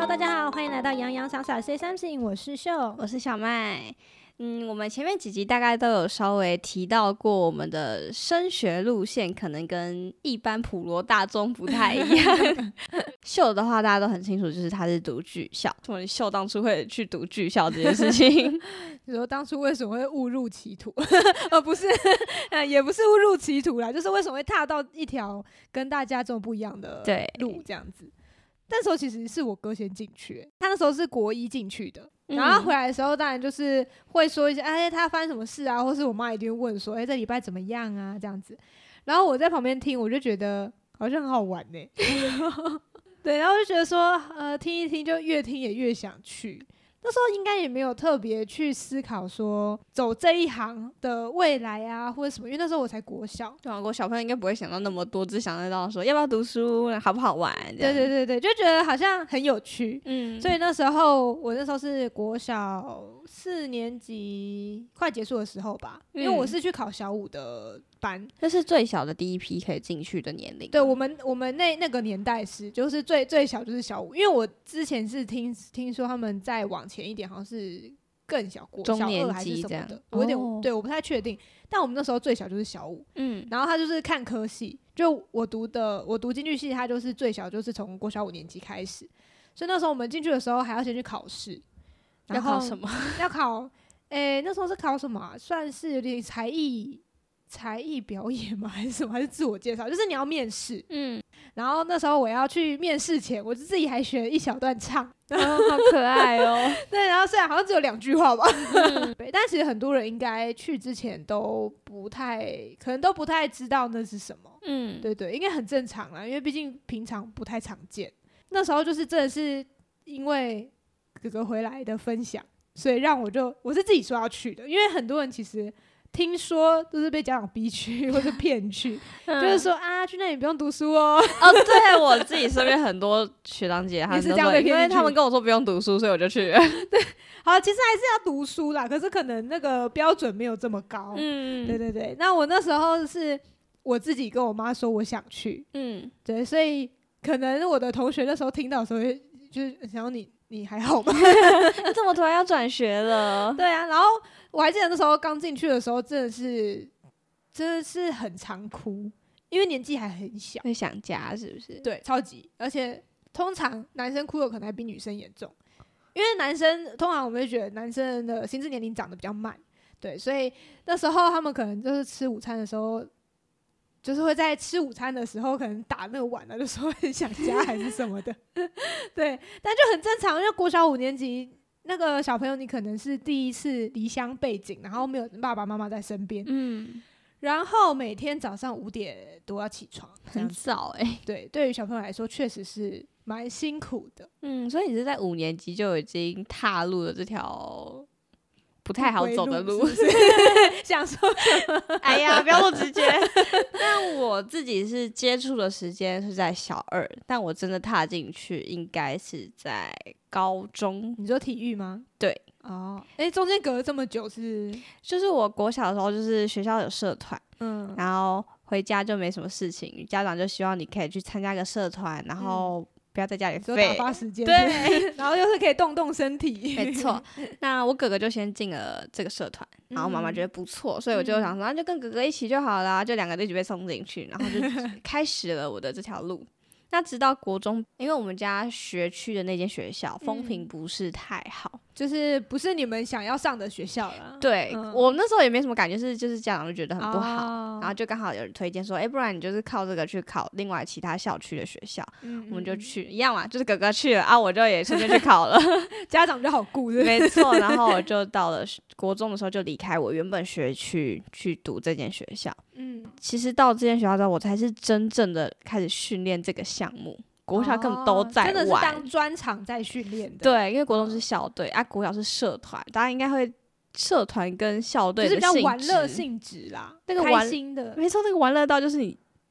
Hello， 大家好，欢迎来到洋洋洒洒 Say Something， 我是秀， 我是小麦。我们前面几集大概都有稍微提到过，我们的升学路线可能跟一般普罗大众不太一样。秀的话，大家都很清楚，就是他是读剧校。为什么秀当初会去读剧校这件事情？ 你说当初为什么会误入歧途？不是，也不是误入歧途啦，就是为什么会踏到一条跟大家这么不一样的路这样子。那时候其实是我哥先进去，他那时候是国一进去的，然后他回来的时候当然就是会说一些他发生什么事啊，或是我妈一定会问说这礼拜怎么样啊这样子，然后我在旁边听，我就觉得好像很好玩欸对，然后就觉得说听一听就越听也越想去。那时候应该也没有特别去思考说走这一行的未来啊或者什么，因为那时候我才国小。 对啊，我小朋友应该不会想到那么多，只想得到说要不要读书，好不好玩。 对对对对，就觉得好像很有趣。所以那时候我那时候是国小4年级快结束的时候吧，因为我是去考小5的班， 这是最小的第一批可以进去的年龄。 对，我们那个年代是就是最小就是小5，因为我之前是听说他们再往前一点好像是更小，国小2还是什么的，我有点对我不太确定，但我们那时候最小就是小5。然后他就是看科系，就我读京剧系，他就是最小就是从国小5年级开始，所以那时候我们进去的时候还要先去考试。 要考什么？ 要考那时候是考什么啊？算是有点才艺表演吗？还是什么？还是自我介绍？就是你要面试。然后那时候我要去面试前，我自己还学了一小段唱。 好可爱哦。 对，然后虽然好像只有2句话吧。对，但其实很多人应该去之前都可能都不太知道那是什么。对对，应该很正常啦，因为毕竟平常不太常见。那时候就是真的是因为哥哥回来的分享，所以让我是自己说要去的，因为很多人其实听说都是被家长逼去或是骗去，就是说去那里不用读书哦。 对，我自己身边很多学长姐他们也是这样被骗去， 因为他们跟我说不用读书，所以我就去了。 对，好，其实还是要读书啦，可是可能那个标准没有这么高。对对对，那我那时候是我自己跟我妈说我想去。对，所以可能我的同学那时候听到的时候就是想要你还好吗？ 你怎么突然要转学了？ 对啊，然后我还记得那时候刚进去的时候真的是很常哭，因为年纪还很小， 会想家是不是？ 对，超级，而且通常男生哭的可能还比女生严重，因为男生通常我们会觉得男生的心智年龄长得比较慢，对，所以那时候他们可能就是吃午餐的时候，就是会在吃午餐的时候可能打那个碗啊，就说很想家还是什么的。对，但就很正常，因为国小5年级那个小朋友，你可能是第一次离乡背景，然后没有爸爸妈妈在身边。然后每天早上5点多要起床， 很早对，对于小朋友来说确实是蛮辛苦的。 所以你是在5年级就已经踏入了这条不太好走的路， 是想说什么？ 哎呀，不要那么直接。但我自己是接触的时间是在小2，但我真的踏进去应该是在高中。 你说体育吗？ 对。 中间隔了这么久就是我国小的时候，就是学校有社团，然后回家就没什么事情，家长就希望你可以去参加个社团，然后不要在家里废， 打发时间。 对， 然后又是可以动身体。 没错。那我哥哥就先进了这个社团，然后妈妈觉得不错，所以我就想说那就跟哥哥一起就好啦，就2个一起被送进去，然后就开始了我的这条路。那直到国中，因为我们家学区的那间学校风评不是太好， 就是不是你们想要上的学校了。 对，我那时候也没什么感觉，就是家长就觉得很不好，然后就刚好有人推荐说不然你就是靠这个去考另外其他校区的学校。我们就去一样嘛，就是哥哥去了啊，我就也顺便去考了。 家长就好顾是不是？ 没错。然后我就到了国中的时候就离开我原本学区去读这间学校。其实到这间学校之后，我才是真正的开始训练这个项目。国小根本都在玩， 真的是当专场在训练的。 对，因为国中是校队国小是社团，大家应该会社团跟校队的性质就是比较玩乐性质啦，那个开心的。 没错，那个玩乐到就是你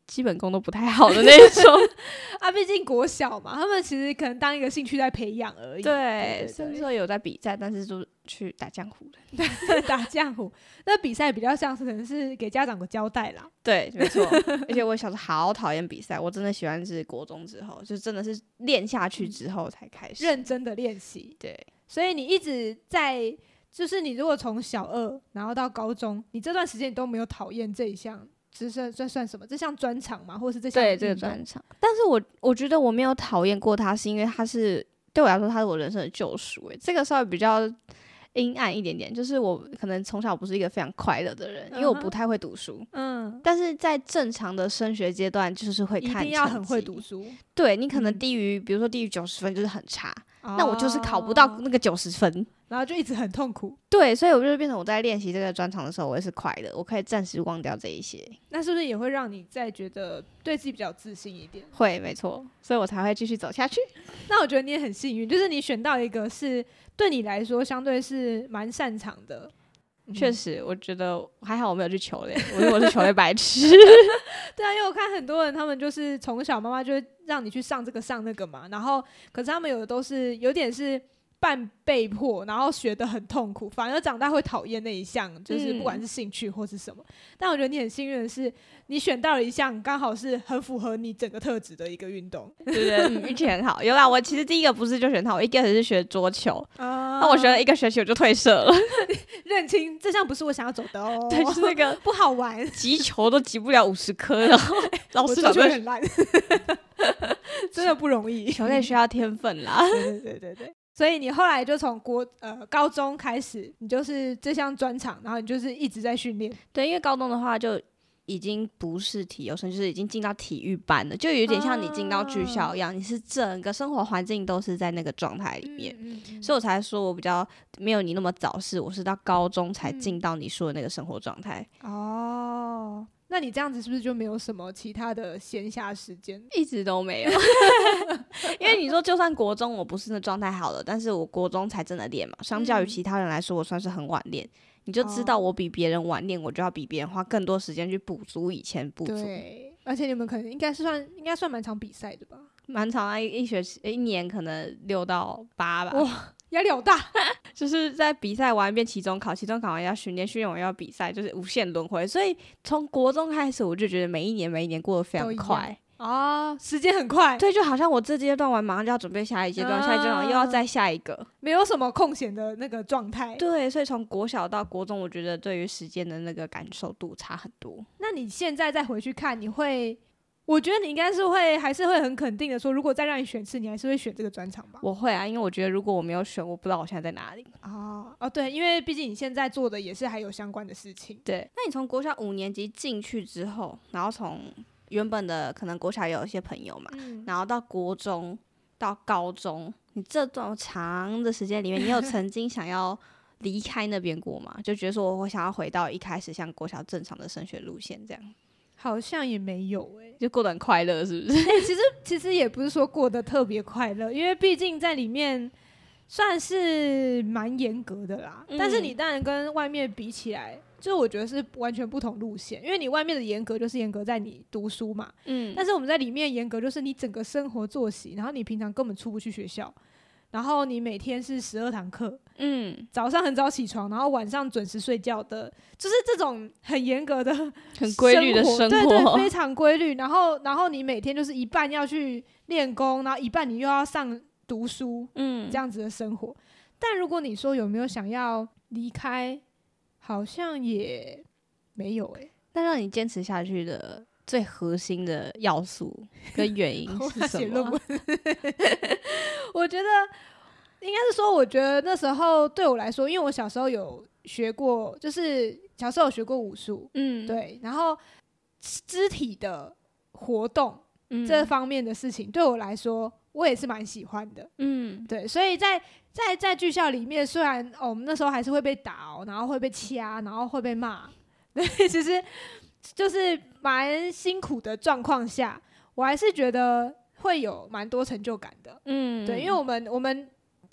基本功都不太好的那种啊，毕竟国小嘛，他们其实可能当一个兴趣在培养而已。 对，甚至说有在比赛，但是就去打江湖的。 打江湖，那比赛比较像是可能是给家长个交代啦。 对，没错。而且我小时候好讨厌比赛，我真的喜欢是国中之后，就真的是练下去之后才开始认真的练习。 对， 所以你一直在，就是你如果从小二然后到高中，你这段时间你都没有讨厌这一项。这算什么？这项专长吗？或者是这项？ 对，这个专长。但是我觉得我没有讨厌过它，是因为它是对我来说，它是我人生的救赎。这个稍微比较阴暗一点点，就是我可能从小不是一个非常快乐的人，因为我不太会读书。但是在正常的升学阶段，就是会看成绩， 一定要很会读书。 对，你可能低于，比如说低于90分就是很差。那我就是考不到那个90分， 然后就一直很痛苦。 对，所以我就变成我在练习这个专长的时候，我也是快的，我可以暂时忘掉这一些。 那是不是也会让你再觉得对自己比较自信一点？ 会，没错，所以我才会继续走下去。 那我觉得你也很幸运，就是你选到一个是对你来说相对是蛮擅长的。 确实，我觉得还好我没有去球类，我是球类白痴。 对啊，因为我看很多人他们就是从小妈妈就会让你去上这个上那个嘛，然后可是他们有的都是有点是半被迫，然后学得很痛苦，反而长大会讨厌那一项，就是不管是兴趣或是什么。但我觉得你很幸运的是，你选到了一项刚好是很符合你整个特质的一个运动。 对对，运气很好。有啦，我其实第一个不是就选它，我一开始是学桌球，那我学了1个学期我就退社了。 认清这项不是我想要走的哦。 对，就是那个不好玩， 击球都击不了50颗，然后老师就很烂，真的不容易。 球类需要天分啦。 对。所以你后来就从高中开始，你就是这项专长，然后你就是一直在训练。 对，因为高中的话就已经不是体优生，就是已经进到体育班了，就有点像你进到剧校一样，你是整个生活环境都是在那个状态里面。所以我才说我比较没有你那么早逝，我是到高中才进到你说的那个生活状态。 哦。那你这样子是不是就没有什么其他的闲暇时间？ 一直都没有。因为你说就算国中我不是那状态好了，但是我国中才真的练嘛，相较于其他人来说我算是很晚练。你就知道我比别人晚练，我就要比别人花更多时间去补足以前不足。 对，而且你们可能应该算蛮常比赛的吧？ 蛮长啊，一年可能6到8吧。 哇，压力好大。 就是在比赛完变期中考，期中考完要训练，训练完要比赛，就是无限轮回。所以从国中开始，我就觉得每一年过得非常快。 时间很快。 对，就好像我这阶段完，马上就要准备下一阶段，下一阶段又要再下一个， 没有什么空闲的那个状态。 对，所以从国小到国中，我觉得对于时间的那个感受度差很多。 那你现在再回去看，我觉得你应该是还是会很肯定的说，如果再让你选次，你还是会选这个专场吧？ 我会啊，因为我觉得如果我没有选，我不知道我现在在哪里。 对，因为毕竟你现在做的也是还有相关的事情。 对，那你从国小5年级进去之后，然后从原本的可能国小有一些朋友嘛，然后到国中到高中，你这段长的时间里面，你有曾经想要离开那边过吗？就觉得说我想要回到一开始像国小正常的升学路线这样。 好像也没有就过得很快乐，是不是？ 其实也不是说过得特别快乐，因为毕竟在里面算是蛮严格的啦。但是你当然跟外面比起来，就是我觉得是完全不同路线。因为你外面的严格就是严格在你读书嘛，但是我们在里面严格就是你整个生活作息，然后你平常根本出不去学校。然后你每天是12堂课，早上很早起床，然后晚上准时睡觉的，就是这种很严格的、 很规律的生活， 对，非常规律。然后你每天就是一半要去练功，然后一半你又要上读书，这样子的生活。但如果你说有没有想要离开，好像也没有但让你坚持下去的最核心的要素跟原因是什么？ 我觉得应该是说，我觉得那时候对我来说，因为我小时候有学过，就是小时候有学过武术，对，然后肢体的活动这方面的事情，对我来说，我也是蛮喜欢的，对，所以在剧校里面，虽然我们那时候还是会被打然后会被掐，然后会被骂，对，其实就是蛮辛苦的状况下，我还是觉得会有蛮多成就感的，对，因为我们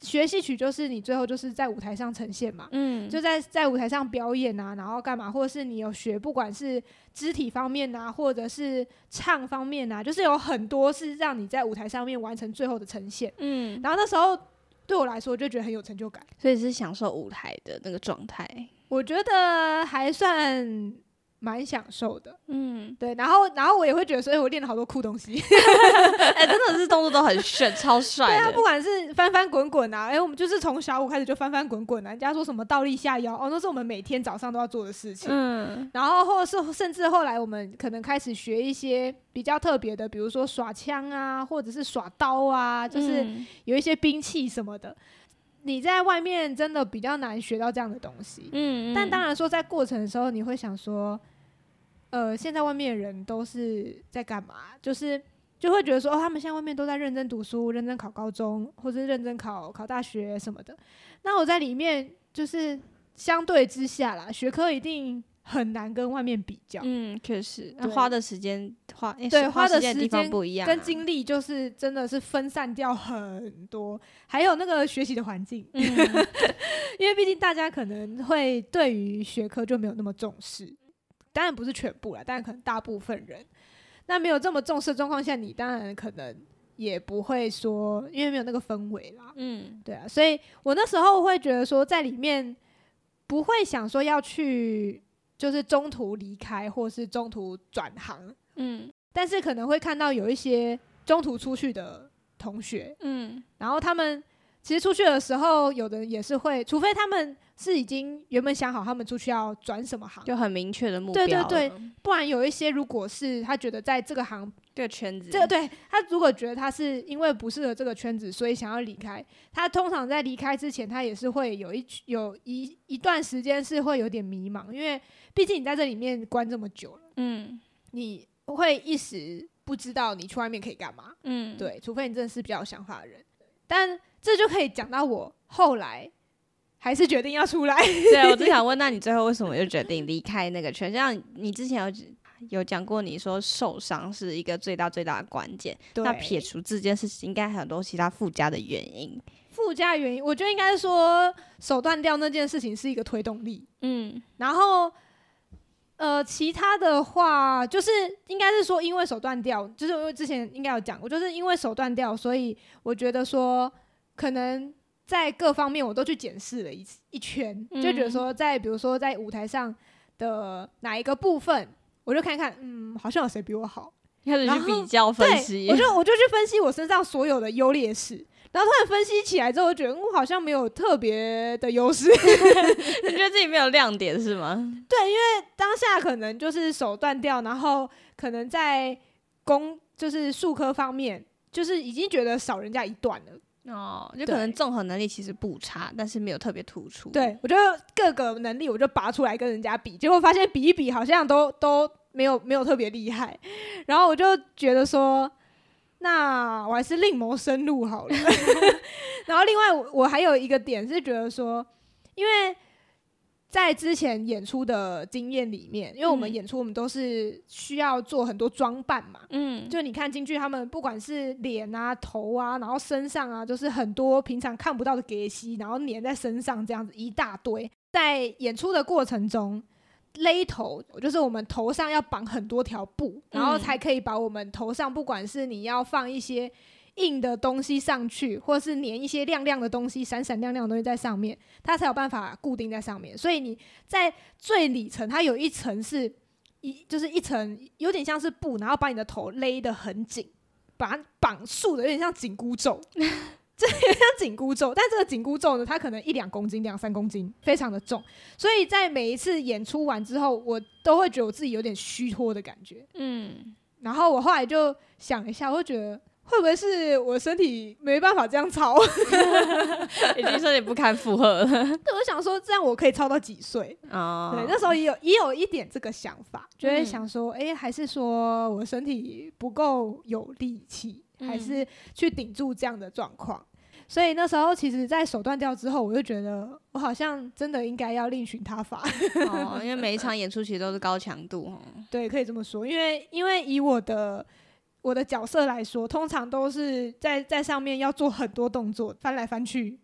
学戏曲就是你最后就是在舞台上呈现嘛，就在舞台上表演啊，然后干嘛，或者是你有学不管是肢体方面啊，或者是唱方面啊，就是有很多是让你在舞台上面完成最后的呈现。然后那时候对我来说就觉得很有成就感， 所以是享受舞台的那个状态。 我觉得还算蛮享受的，对，然后我也会觉得说，我练了好多酷东西， 真的是动作都很炫，超帅的。 对啊，不管是翻翻滚滚啊，我们就是从小舞开始就翻翻滚滚啊，人家说什么倒立下腰，那是我们每天早上都要做的事情。然后或者是甚至后来我们可能开始学一些比较特别的，比如说耍枪啊，或者是耍刀啊，就是有一些兵器什么的。你在外面真的比较难学到这样的东西，但当然说在过程的时候，你会想说，现在外面的人都是在干嘛？就会觉得说，他们现在外面都在认真读书，认真考高中，或者认真考大学什么的。那我在里面就是相对之下啦，学科一定很难跟外面比较。 确实，花的时间花的时间的地方不一样， 跟精力就是真的是分散掉很多，还有那个学习的环境，因为毕竟大家可能会对于学科就没有那么重视，当然不是全部啦，但可能大部分人。那没有这么重视的状况下，你当然可能也不会说，因为没有那个氛围啦。对啊，所以我那时候会觉得说，在里面不会想说要去就是中途离开或是中途转行，但是可能会看到有一些中途出去的同学，然后他们其实出去的时候，有的人也是会，除非他们是已经原本想好他们出去要转什么行， 就很明确的目标了。 对，不然有一些如果是他觉得在这个行这个圈子， 对，他如果觉得他是因为不适合这个圈子，所以想要离开，他通常在离开之前，他也是会有一段时间是会有点迷茫，因为毕竟你在这里面关这么久了，你会一时不知道你去外面可以干嘛，对，除非你真的是比较有想法的人，但这就可以讲到我后来还是决定要出来。 对，我只想问，那你最后为什么就决定离开那个圈？像你之前有讲过，你说受伤是一个最大的关键。那撇除这件事情，应该很多其他附加的原因。 附加原因，我觉得应该说手断掉那件事情是一个推动力。然后其他的话，就是应该是说，因为手断掉，就是因为之前应该有讲过，就是因为手断掉，所以我觉得说，可能在各方面我都去检视了一圈，就觉得说，比如说在舞台上的哪一个部分，我就看看，好像有谁比我好， 开始去比较分析。 对，我就去分析我身上所有的优劣势。然后突然分析起来之后，我觉得我好像没有特别的优势。 你觉得自己没有亮点是吗？ 对，因为当下可能就是手断掉，然后可能在就是术科方面，就是已经觉得少人家一段了。 就可能综合能力其实不差，但是没有特别突出。 对，我就各个能力我就拔出来跟人家比，结果发现比一比好像都没有特别厉害，然后我就觉得说，那我还是另谋生路好了。然后另外我还有一个点是觉得说，因为在之前演出的经验里面，因为我们演出我们都是需要做很多装扮嘛，就你看京剧他们不管是脸啊头啊，然后身上啊，就是很多平常看不到的给息，然后粘在身上这样子一大堆，在演出的过程中勒头，就是我们头上要绑很多条布，然后才可以把我们头上不管是你要放一些硬的东西上去，或是粘一些亮亮的东西，闪闪亮亮的东西在上面，它才有办法固定在上面。所以你在最里层，它有一层是就是一层有点像是布，然后把你的头勒得很紧，把它绑束的有点像紧箍咒。这有点像紧箍咒，但这个紧箍咒呢，它可能1-2公斤、2-3公斤，非常的重。所以在每一次演出完之后，我都会觉得我自己有点虚脱的感觉。然后我后来就想一下，我会觉得会不会是我身体没办法这样操， 已经身体不堪负荷了。 对，我想说这样我可以操到几岁？对，那时候也有一点这个想法，就会想说，还是说我身体不够有力气，还是去顶住这样的状况。所以那时候其实在手断掉之后，我就觉得我好像真的应该要另寻他法。 因为每一场演出其实都是高强度。 对，可以这么说，因为以我的角色来说，通常都是在上面要做很多动作，翻来翻去，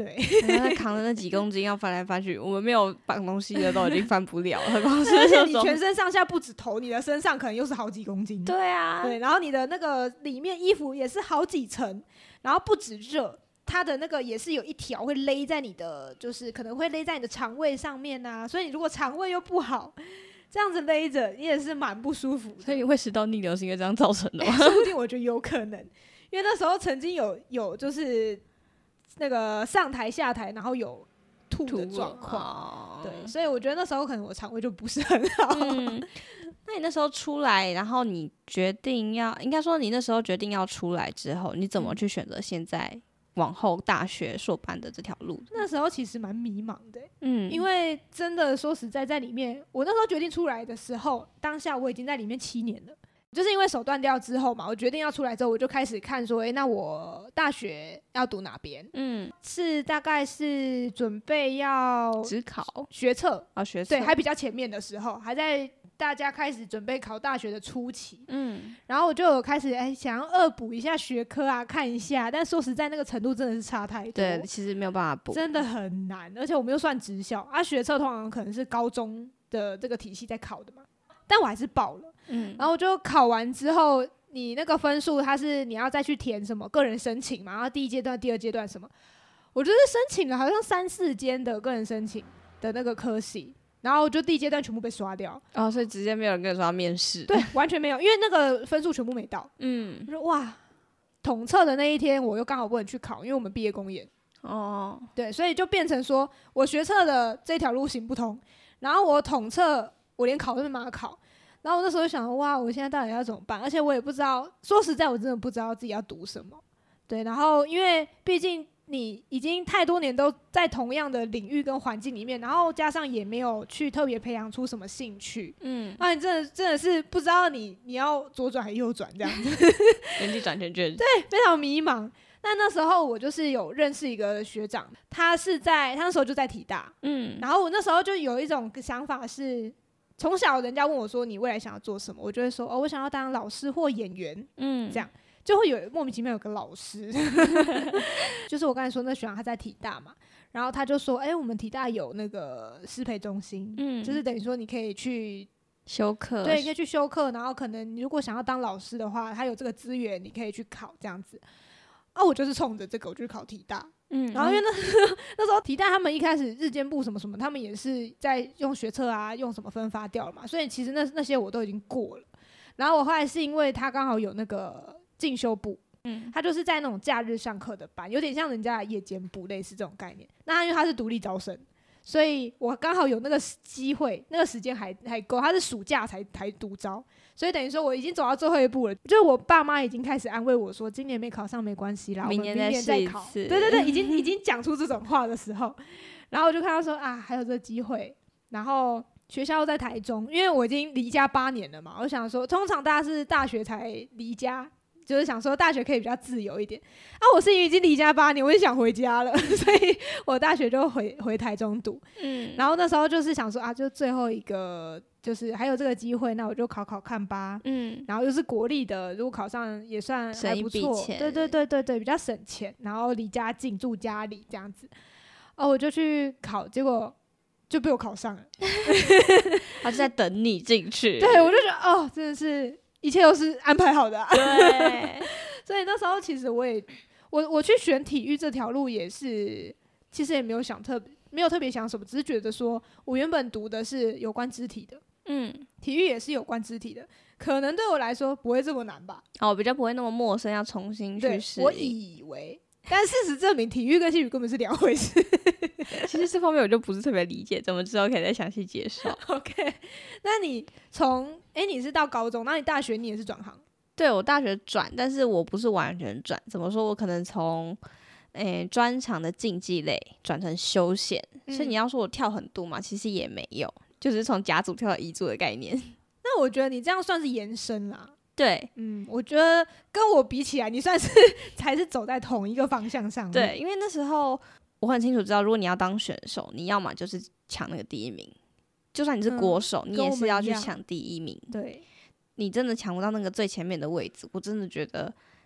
对， 扛着那几公斤要翻来翻去，我们没有绑东西的都已经翻不了了，光是而且你全身上下不止头，你的身上可能又是好几公斤。 对啊， 对，然后你的那个里面衣服也是好几层，然后不止热，它的那个也是有一条会勒在你的，就是可能会勒在你的肠胃上面啊，所以你如果肠胃又不好，这样子勒着你也是蛮不舒服的。 所以你会食道逆流是因为这样造成的吗？ 说不定我觉得有可能，因为那时候曾经有就是那个上台下台，然后有吐的状况，对，所以我觉得那时候可能我肠胃就不是很好。 那你那时候出来，然后你决定应该说你那时候决定要出来之后，你怎么去选择现在往后大学硕班的这条路？ 那时候其实蛮迷茫的，因为真的说实在，在里面，我那时候决定出来的时候，当下我已经在里面7年了。就是因为手断掉之后嘛，我决定要出来之后，我就开始看说，那我大学要读哪边？是大概是准备要指考学测啊，学测对，还比较前面的时候，还在大家开始准备考大学的初期。然后我就有开始想要恶补一下学科啊，看一下，但说实在，那个程度真的是差太多。 对，其实没有办法补， 真的很难，而且我们又算职校啊，学测通常可能是高中的这个体系在考的嘛。但我还是报了，然后就考完之后，你那个分数它是你要再去填什么个人申请嘛，然后第一阶段、第二阶段什么，我就是申请了好像3、4间的个人申请的那个科系，然后就第一阶段全部被刷掉， 所以直接没有人跟你说要面试， 对，完全没有，因为那个分数全部没到，我说哇，统测的那一天我又刚好不能去考，因为我们毕业公演，对，所以就变成说我学测的这条路行不通，然后我统测我连考都没办法考。然后我那时候就想，哇，我现在到底要怎么办？而且我也不知道，说实在，我真的不知道自己要读什么。对，然后因为毕竟你已经太多年都在同样的领域跟环境里面，然后加上也没有去特别培养出什么兴趣，那你真的是不知道你要左转还是右转这样子， 原地转圈圈， 对，非常迷茫。那时候我就是有认识一个学长，他那时候就在体大，然后我那时候就有一种想法是。从小人家问我说你未来想要做什么，我就会说我想要当老师或演员，这样就会有莫名其妙有个老师，就是我刚才说那学长他在体大嘛，然后他就说我们体大有那个师培中心，就是等于说你可以去修课， 对，可以去修课，然后可能你如果想要当老师的话，他有这个资源，你可以去考这样子。我就是冲着这个我就去考体大。然后因为那时候体大他们一开始日间部什么什么，他们也是在用学测啊，用什么分发掉了嘛，所以其实那些我都已经过了。然后我后来是因为他刚好有那个进修部，他就是在那种假日上课的班，有点像人家的夜间部，类似这种概念。那因为他是独立招生，所以我刚好有那个机会，那个时间还够，他是暑假才独招。所以等于说我已经走到最后一步了，就是我爸妈已经开始安慰我说今年没考上没关系啦， 明年再考。对对对，已经讲出这种话的时候，然后我就看到说还有这个机会，然后学校在台中，因为我已经离家8年了嘛，我想说通常大家是大学才离家，就是想说大学可以比较自由一点我是已经离家8年，我也想回家了，所以我大学就回台中读。然后那时候就是想说就最后一个就是还有这个机会，那我就考看吧。然后又是国立的，如果考上也算还不错，对对对对对，比较省钱，然后离家近，住家里这样子。我就去考，结果就被我考上了。 他就在等你进去。 对，我就觉得真的是一切都是安排好的。 对， 所以那时候其实我去选体育这条路也是，其实也没有特别想什么，只是觉得说我原本读的是有关肢体的，体育也是有关肢体的，可能对我来说不会这么难吧。 比较不会那么陌生，要重新去适应。 我以为，但事实证明体育跟戏剧根本是2回事。 其实这方面我就不是特别理解，怎么之后可以再详细介绍。 OK， 那你你是到高中，那你大学你也是转行？ 对，我大学转，但是我不是完全转，怎么说，我可能从专长的竞技类转成休闲，所以你要说我跳很多嘛，其实也没有，就是从甲组跳到乙组的概念。 那我觉得你这样算是延伸啦。 对， 我觉得跟我比起来，你算是才是走在同一个方向上面。 对，因为那时候我很清楚知道，如果你要当选手，你要嘛就是抢那个第1名，就算你是国手，你也是要去抢第1名。 对， 你真的抢不到那个最前面的位置，我真的觉得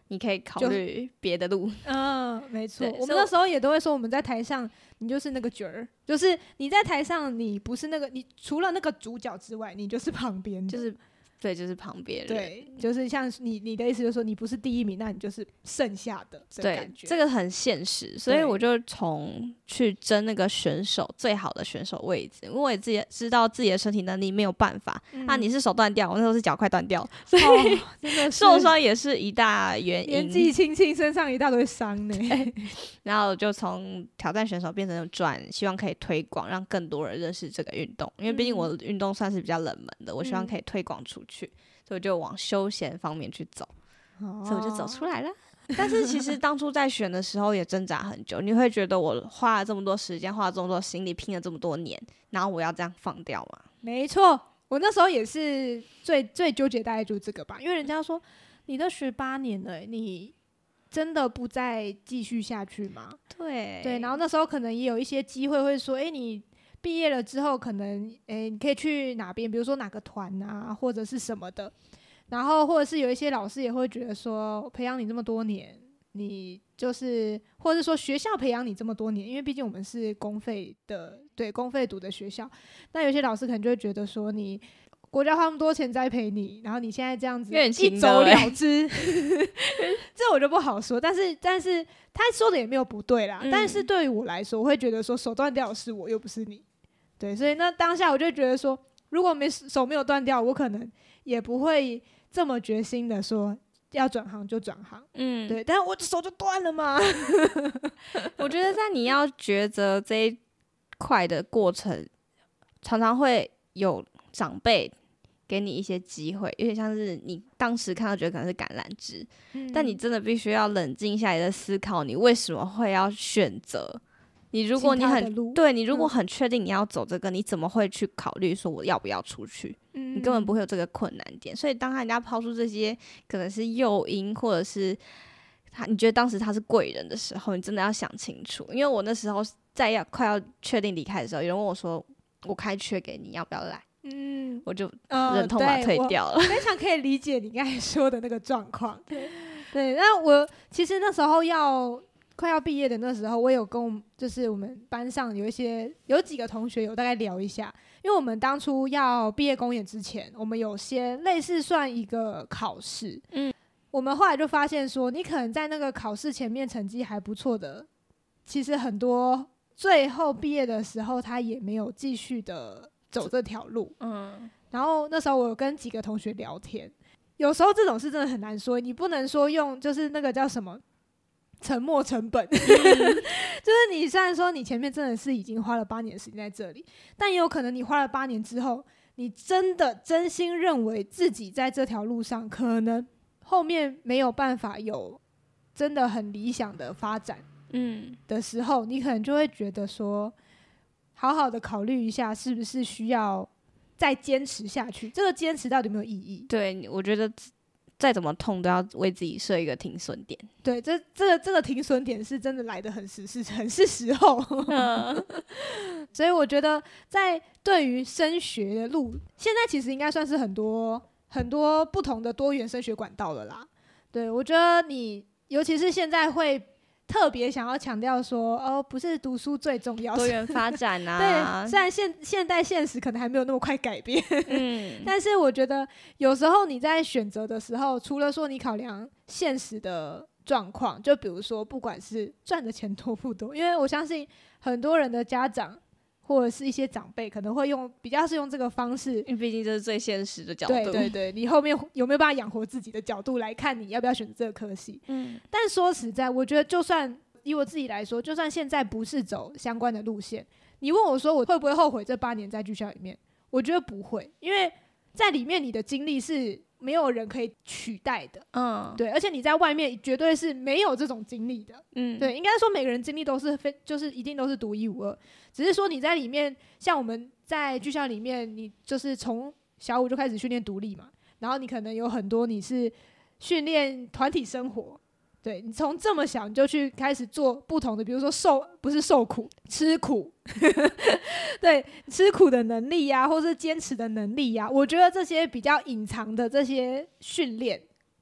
你可以考虑别的路。 没错，我们那时候也都会说，我们在台上你就是那个角儿，就是你在台上你不是那个，你除了那个主角之外，你就是旁边， 就是旁边人， 对，就是像你的意思就是说你不是第一名，那你就是剩下的感觉。 对，这个很现实，所以我就从去争那个选手最好的选手位置，因为我也自己知道自己的身体能力没有办法。你是手断掉，我那时候是脚快断掉，所以真的受伤也是一大原因。 年纪轻轻身上一大堆伤呢。 然后就从挑战选手变成希望可以推广，让更多人认识这个运动，因为毕竟我的运动算是比较冷门的，我希望可以推广出去，所以我就往休闲方面去走，所以我就走出来了。但是其实当初在选的时候也挣扎很久，你会觉得我花了这么多时间，花了这么多心力，拼了这么多年，然后我要这样放掉吗？ 没错，我那时候也是最纠结大概就是这个吧，因为人家说你都18年了，你真的不再继续下去吗？对，然后那时候可能也有一些机会会说，你毕业了之后可能你可以去哪边，比如说哪个团啊或者是什么的，然后或者是有一些老师也会觉得说培养你这么多年，你就是或者是说学校培养你这么多年，因为毕竟我们是公费的，对，公费读的学校，那有些老师可能就会觉得说你国家花那么多钱栽培你，然后你现在这样子一走了之这我就不好说，但是他说的也没有不对啦，但是对于我来说，我会觉得说手断掉的是我又不是你，对，所以那当下我就觉得说如果手没有断掉，我可能也不会这么决心的说要转行就转行，对，但是我手就断了嘛。 我觉得在你要抉择这一块的过程，常常会有长辈给你一些机会，有点像是你当时看到觉得可能是橄榄枝，但你真的必须要冷静下来的思考，你为什么会要选择。如果你很确定你要走这个，你怎么会去考虑说我要不要出去？你根本不会有这个困难点。所以当人家抛出这些可能是诱因，或者是你觉得当时他是贵人的时候，你真的要想清楚。因为我那时候快要确定离开的时候，有人问我说我开缺给你，要不要来？我就忍痛把它退掉了。 我非常可以理解你刚才说的那个状况。对，那我其实那时候快要毕业的那时候，我有跟就是我们班上有几个同学有大概聊一下，因为我们当初要毕业公演之前，我们有些类似算一个考试，我们后来就发现说，你可能在那个考试前面成绩还不错的，其实很多最后毕业的时候，他也没有继续的走这条路，然后那时候我有跟几个同学聊天，有时候这种事真的很难说，你不能说用就是那个叫什么沉没成本，就是你虽然说你前面真的是已经花了8年的时间在这里，但也有可能你花了8年之后，你真的真心认为自己在这条路上可能后面没有办法有真的很理想的发展的时候，你可能就会觉得说好好的考虑一下是不是需要再坚持下去，这个坚持到底有没有意义？对， 我觉得再怎么痛都要为自己设一个停损点。 对，这个停损点是真的来得很是时候。所以我觉得在对于升学的路，现在其实应该算是很多不同的多元升学管道了啦。对，我觉得你尤其是现在会特别想要强调说，不是读书最重要， 多元发展啊。 对，虽然现代现实可能还没有那么快改变，但是我觉得有时候你在选择的时候，除了说你考量现实的状况，就比如说不管是赚的钱多不多，因为我相信很多人的家长或者是一些长辈可能会比较是用这个方式， 因为毕竟这是最现实的角度。 对，你后面有没有办法养活自己的角度来看，你要不要选择这个科系。但说实在，我觉得就算以我自己来说，就算现在不是走相关的路线，你问我说我会不会后悔这8年在剧校里面，我觉得不会，因为在里面你的经历是没有人可以取代的，对，而且你在外面绝对是没有这种经历的，对，应该说每个人经历都是就是一定都是独一无二，只是说你在里面，像我们在剧校里面，你就是从小5就开始训练独立嘛，然后你可能有很多你是训练团体生活，对，你从这么小你就去开始做不同的，比如说不是受苦，吃苦对，吃苦的能力呀，或是坚持的能力呀，我觉得这些比较隐藏的这些训练，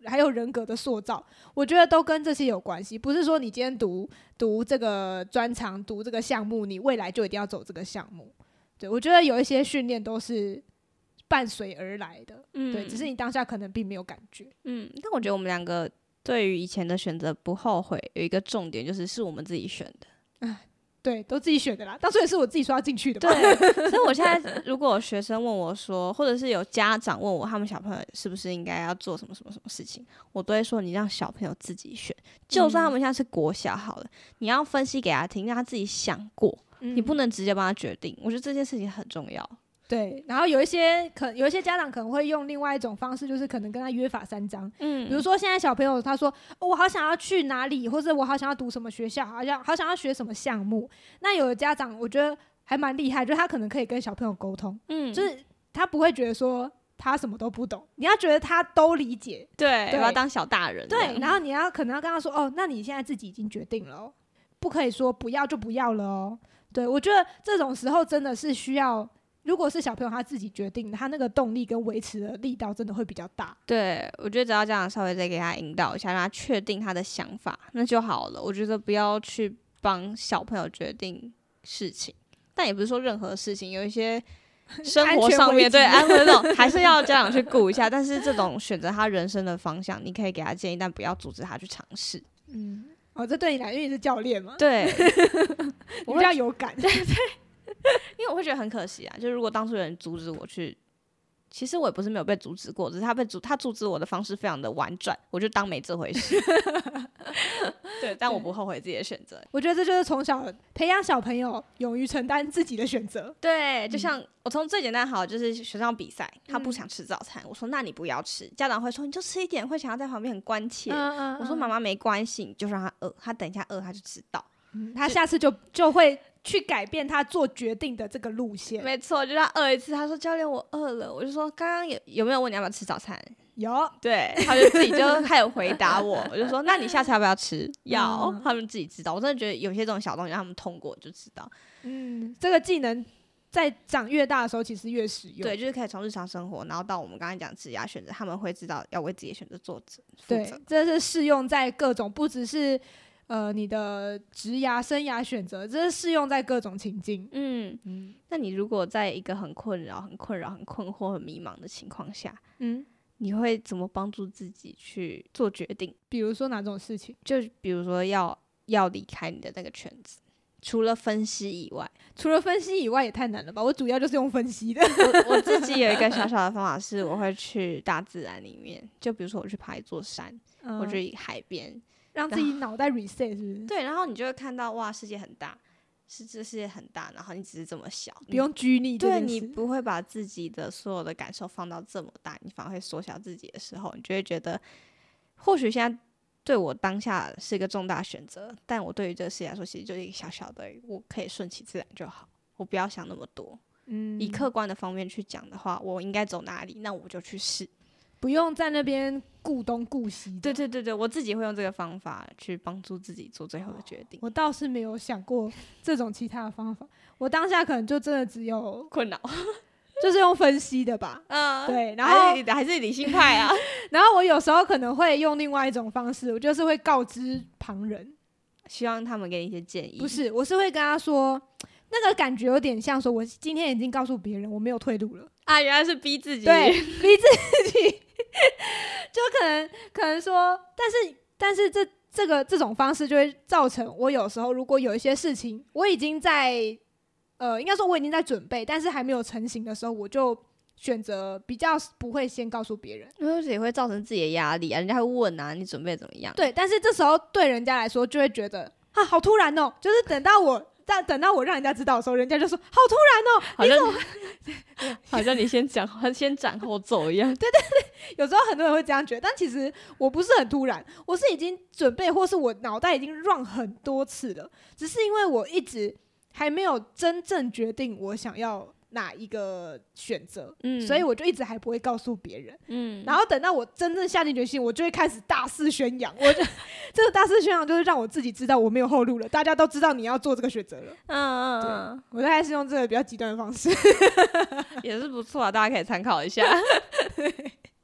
还有人格的塑造，我觉得都跟这些有关系。不是说你今天读这个专长，读这个项目，你未来就一定要走这个项目。对，我觉得有一些训练都是伴随而来的，对，只是你当下可能并没有感觉。 但我觉得我们两个对于以前的选择不后悔，有一个重点就是我们自己选的。 对，都自己选的啦，当初也是我自己说要进去的嘛。 对，所以我现在如果有学生问我说，或者是有家长问我他们小朋友是不是应该要做什么什么什么事情，我都会说你让小朋友自己选，就算他们现在是国小好了，你要分析给他听，让他自己想过，你不能直接帮他决定。我觉得这件事情很重要。 对，然后有一些家长可能会用另外一种方式，就是可能跟他约法三章。比如说现在小朋友他说，我好想要去哪里，或者我好想要读什么学校，好想要学什么项目。那有的家长我觉得还蛮厉害，就是他可能可以跟小朋友沟通，就是他不会觉得说他什么都不懂，你要觉得他都理解。 对，我要当小大人。 对，然后你可能要跟他说，那你现在自己已经决定了哦，不可以说不要就不要了哦。对，我觉得这种时候真的是需要。如果是小朋友他自己决定的，他那个动力跟维持的力道真的会比较大。 对，我觉得只要家长稍微再给他引导一下，让他确定他的想法，那就好了。我觉得不要去帮小朋友决定事情，但也不是说任何事情，有一些生活上面对安稳那种，还是要家长去顾一下。但是这种选择他人生的方向，你可以给他建议，但不要阻止他去尝试。 这对你来，因为你是教练嘛， 对， 我比较有感。 对。因为我会觉得很可惜啊，就如果当初有人阻止我去，其实我也不是没有被阻止过，只是他阻止我的方式非常的婉转，我就当没这回事。对，但我不后悔自己的选择。 我觉得这就是从小培养小朋友勇于承担自己的选择。 对，就像我从最简单好，就是学校比赛，他不想吃早餐，我说那你不要吃，家长会说你就吃一点，会想要在旁边很关切。我说妈妈没关系，你就让他饿，他等一下饿他就知道， 他下次就会去改变他做决定的这个路线。 没错，就他饿一次，他说教练我饿了，我就说刚刚有没有问你要不要吃早餐？ 有， 对，他就自己就开始回答我，我就说那你下次要不要吃？要，他们自己知道。我真的觉得有些这种小东西，让他们通过就知道。 这个技能在长越大的时候，其实越实用。 对，就是可以从日常生活，然后到我们刚才讲职业选择，他们会知道要为自己的选择做负责。 对，这是适用在各种，不只是你的职涯生涯选择，这是适用在各种情境。 那你如果在一个很困扰、很困惑、很迷茫的情况下，你会怎么帮助自己去做决定？ 比如说哪种事情？ 就比如说要离开你的那个圈子，除了分析以外也太难了吧？我主要就是用分析的。 我自己有一个小小的方法是，我会去大自然里面，就比如说我去爬一座山，我去海边， 让自己脑袋 reset 是不是？ 对，然后你就会看到哇，世界很大。这世界很大，然后你只是这么小， 不用拘泥。 对，你不会把自己的所有的感受放到这么大，你反而会缩小自己的时候，你就会觉得，或许现在对我当下是一个重大选择，但我对于这个世界来说，其实就是一个小小的，我可以顺其自然就好，我不要想那么多。以客观的方面去讲的话，我应该走哪里，那我就去试。 不用在那边顾东顾西。 对，我自己会用这个方法去帮助自己做最后的决定。 我倒是没有想过这种其他的方法，我当下可能就真的只有困扰， 就是用分析的吧。对，然后还是理性派啊。 然后我有时候可能会用另外一种方式，我就是会告知旁人， 希望他们给你一些建议。 不是，我是会跟他说，那个感觉有点像说，我今天已经告诉别人我没有退路了啊，原来是逼自己， 对，逼自己。就可能说，但是这种方式就会造成我有时候如果有一些事情我已经在应该说我已经在准备，但是还没有成型的时候，我就选择比较不会先告诉别人， 因为也会造成自己的压力啊，人家会问啊，你准备怎么样？ 对，但是这时候对人家来说就会觉得啊，好突然哦，就是等到我让人家知道的时候，人家就说好突然哦， 好像你先斩后奏一样。 对，有时候很多人会这样觉得，但其实我不是很突然，我是已经准备，或是我脑袋已经 run 很多次了，只是因为我一直还没有真正决定我想要哪一个选择，所以我就一直还不会告诉别人，然后等到我真正下定决心，我就会开始大肆宣扬。这个大肆宣扬就是让我自己知道我没有后路了，大家都知道你要做这个选择了。对，我大概是用这个比较极端的方式， 也是不错啊，大家可以参考一下。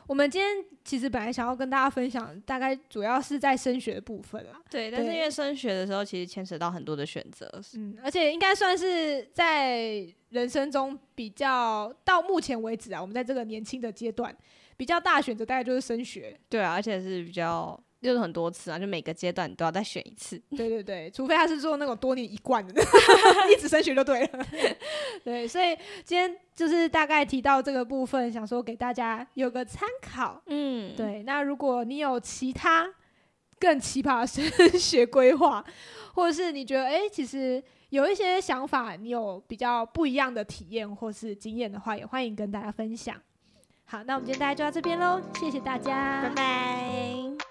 我们今天其实本来想要跟大家分享，大概主要是在升学的部分啦。 对，但是因为升学的时候，其实牵扯到很多的选择。 而且应该算是在人生中比较到目前为止啊，我们在这个年轻的阶段，比较大的选择大概就是升学。 对啊，而且是比较就是很多次啊，就每个阶段你都要再选一次。 对，除非他是做那种多年一贯的，一直升学就对了。对，所以今天就是大概提到这个部分，想说给大家有个参考。对。那如果你有其他更奇葩的升学规划，或者是你觉得其实有一些想法，你有比较不一样的体验或是经验的话，也欢迎跟大家分享。好，那我们今天大家就到这边咯，谢谢大家， 拜拜。